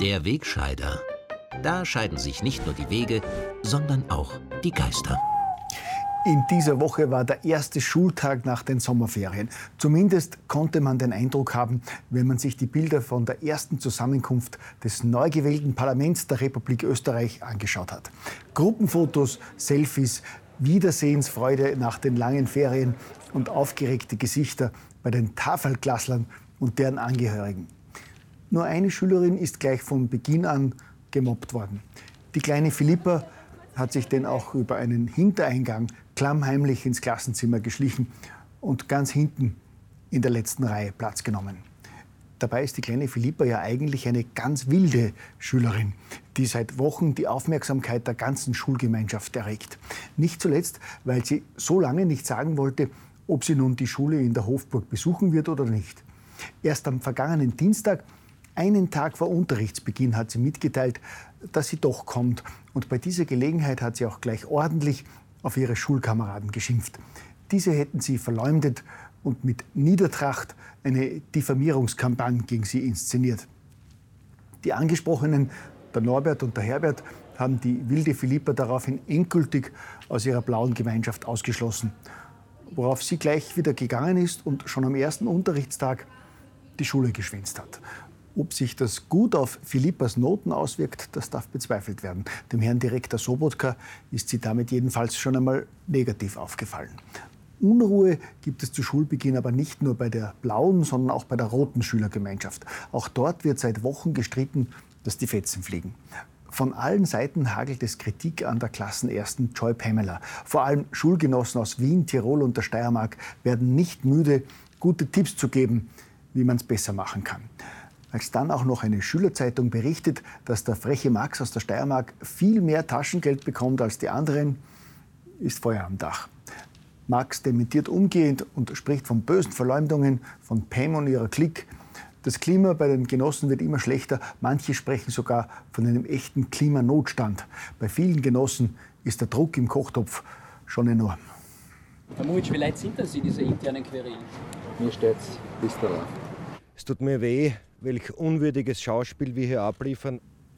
Der Wegscheider. Da scheiden sich nicht nur die Wege, sondern auch die Geister. In dieser Woche war der erste Schultag nach den Sommerferien. Zumindest konnte man den Eindruck haben, wenn man sich die Bilder von der ersten Zusammenkunft des neu gewählten Parlaments der Republik Österreich angeschaut hat. Gruppenfotos, Selfies, Wiedersehensfreude nach den langen Ferien und aufgeregte Gesichter bei den Tafelklasslern und deren Angehörigen. Nur eine Schülerin ist gleich von Beginn an gemobbt worden. Die kleine Philippa hat sich denn auch über einen Hintereingang klammheimlich ins Klassenzimmer geschlichen und ganz hinten in der letzten Reihe Platz genommen. Dabei ist die kleine Philippa ja eigentlich eine ganz wilde Schülerin, die seit Wochen die Aufmerksamkeit der ganzen Schulgemeinschaft erregt. Nicht zuletzt, weil sie so lange nicht sagen wollte, ob sie nun die Schule in der Hofburg besuchen wird oder nicht. Erst am vergangenen Dienstag, einen Tag vor Unterrichtsbeginn, hat sie mitgeteilt, dass sie doch kommt. Und bei dieser Gelegenheit hat sie auch gleich ordentlich auf ihre Schulkameraden geschimpft. Diese hätten sie verleumdet und mit Niedertracht eine Diffamierungskampagne gegen sie inszeniert. Die Angesprochenen, der Norbert und der Herbert, haben die wilde Philippa daraufhin endgültig aus ihrer blauen Gemeinschaft ausgeschlossen. Worauf sie gleich wieder gegangen ist und schon am ersten Unterrichtstag die Schule geschwänzt hat. Ob sich das gut auf Philippas Noten auswirkt, das darf bezweifelt werden. Dem Herrn Direktor Sobotka ist sie damit jedenfalls schon einmal negativ aufgefallen. Unruhe gibt es zu Schulbeginn aber nicht nur bei der blauen, sondern auch bei der roten Schülergemeinschaft. Auch dort wird seit Wochen gestritten, dass die Fetzen fliegen. Von allen Seiten hagelt es Kritik an der Klassenersten Joy Pamela. Vor allem Schulgenossen aus Wien, Tirol und der Steiermark werden nicht müde, gute Tipps zu geben, wie man es besser machen kann. Als dann auch noch eine Schülerzeitung berichtet, dass der freche Max aus der Steiermark viel mehr Taschengeld bekommt als die anderen, ist Feuer am Dach. Max dementiert umgehend und spricht von bösen Verleumdungen von Pam und ihrer Clique. Das Klima bei den Genossen wird immer schlechter. Manche sprechen sogar von einem echten Klimanotstand. Bei vielen Genossen ist der Druck im Kochtopf schon enorm. Herr Muitsch, wie leid sind das Sie, diese internen Querelen? Mir steht's bis darauf. Es tut mir weh, welch unwürdiges Schauspiel wir hier abliefern.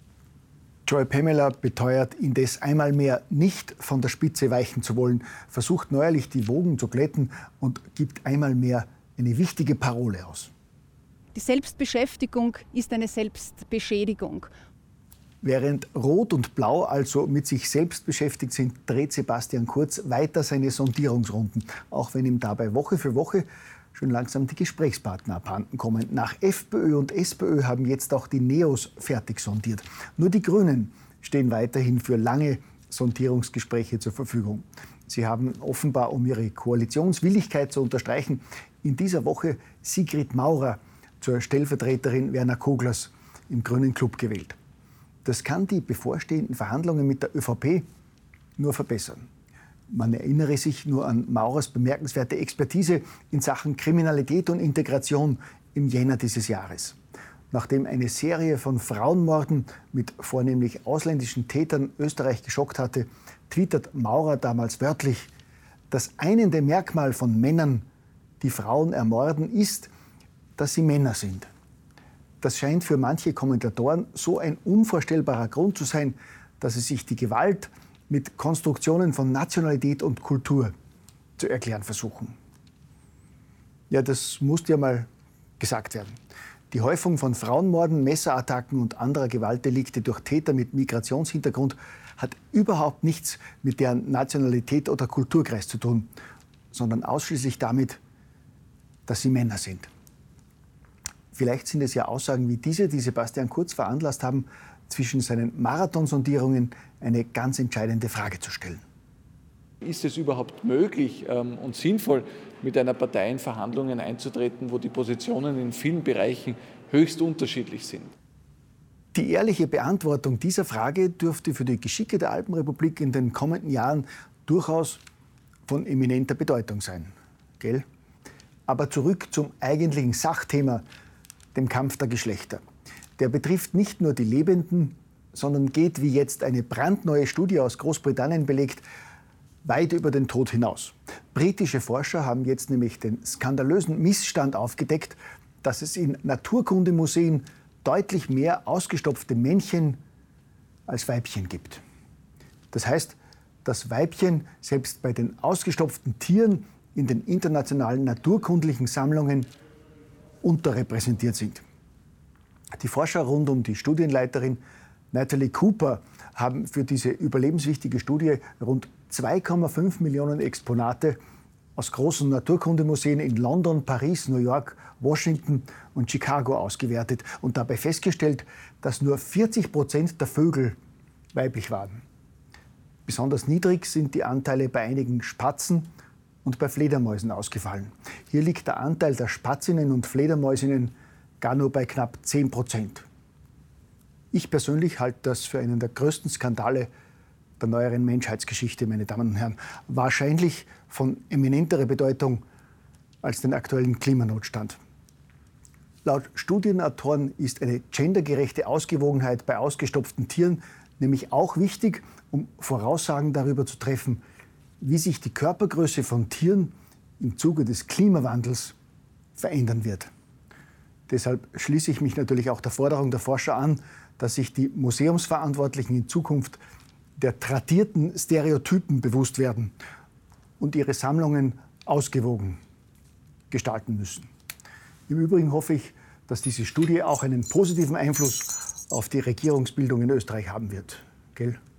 Joy Pamela beteuert indes einmal mehr, nicht von der Spitze weichen zu wollen, versucht neuerlich die Wogen zu glätten und gibt einmal mehr eine wichtige Parole aus. Die Selbstbeschäftigung ist eine Selbstbeschädigung. Während Rot und Blau also mit sich selbst beschäftigt sind, dreht Sebastian Kurz weiter seine Sondierungsrunden, auch wenn ihm dabei Woche für Woche schon langsam die Gesprächspartner abhanden kommen. Nach FPÖ und SPÖ haben jetzt auch die Neos fertig sondiert. Nur die Grünen stehen weiterhin für lange Sondierungsgespräche zur Verfügung. Sie haben offenbar, um ihre Koalitionswilligkeit zu unterstreichen, in dieser Woche Sigrid Maurer zur Stellvertreterin Werner Koglers im Grünen Club gewählt. Das kann die bevorstehenden Verhandlungen mit der ÖVP nur verbessern. Man erinnere sich nur an Maurers bemerkenswerte Expertise in Sachen Kriminalität und Integration im Jänner dieses Jahres. Nachdem eine Serie von Frauenmorden mit vornehmlich ausländischen Tätern Österreich geschockt hatte, twittert Maurer damals wörtlich: Das einende Merkmal von Männern, die Frauen ermorden, ist, dass sie Männer sind. Das scheint für manche Kommentatoren so ein unvorstellbarer Grund zu sein, dass sie sich die Gewalt mit Konstruktionen von Nationalität und Kultur zu erklären versuchen. Ja, das musste ja mal gesagt werden. Die Häufung von Frauenmorden, Messerattacken und anderer Gewaltdelikte durch Täter mit Migrationshintergrund hat überhaupt nichts mit deren Nationalität oder Kulturkreis zu tun, sondern ausschließlich damit, dass sie Männer sind. Vielleicht sind es ja Aussagen wie diese, die Sebastian Kurz veranlasst haben, zwischen seinen Marathonsondierungen eine ganz entscheidende Frage zu stellen. Ist es überhaupt möglich und sinnvoll, mit einer Partei in Verhandlungen einzutreten, wo die Positionen in vielen Bereichen höchst unterschiedlich sind? Die ehrliche Beantwortung dieser Frage dürfte für die Geschicke der Alpenrepublik in den kommenden Jahren durchaus von eminenter Bedeutung sein. Gell? Aber zurück zum eigentlichen Sachthema, dem Kampf der Geschlechter. Der betrifft nicht nur die Lebenden, sondern geht, wie jetzt eine brandneue Studie aus Großbritannien belegt, weit über den Tod hinaus. Britische Forscher haben jetzt nämlich den skandalösen Missstand aufgedeckt, dass es in Naturkundemuseen deutlich mehr ausgestopfte Männchen als Weibchen gibt. Das heißt, dass Weibchen selbst bei den ausgestopften Tieren in den internationalen naturkundlichen Sammlungen unterrepräsentiert sind. Die Forscher rund um die Studienleiterin Natalie Cooper haben für diese überlebenswichtige Studie rund 2,5 Millionen Exponate aus großen Naturkundemuseen in London, Paris, New York, Washington und Chicago ausgewertet und dabei festgestellt, dass nur 40% der Vögel weiblich waren. Besonders niedrig sind die Anteile bei einigen Spatzen und bei Fledermäusen ausgefallen. Hier liegt der Anteil der Spatzinnen und Fledermäusinnen gar nur bei knapp 10%. Ich persönlich halte das für einen der größten Skandale der neueren Menschheitsgeschichte, meine Damen und Herren. Wahrscheinlich von eminenterer Bedeutung als den aktuellen Klimanotstand. Laut Studienautoren ist eine gendergerechte Ausgewogenheit bei ausgestopften Tieren nämlich auch wichtig, um Voraussagen darüber zu treffen, wie sich die Körpergröße von Tieren im Zuge des Klimawandels verändern wird. Deshalb schließe ich mich natürlich auch der Forderung der Forscher an, dass sich die Museumsverantwortlichen in Zukunft der tradierten Stereotypen bewusst werden und ihre Sammlungen ausgewogen gestalten müssen. Im Übrigen hoffe ich, dass diese Studie auch einen positiven Einfluss auf die Regierungsbildung in Österreich haben wird. Gell?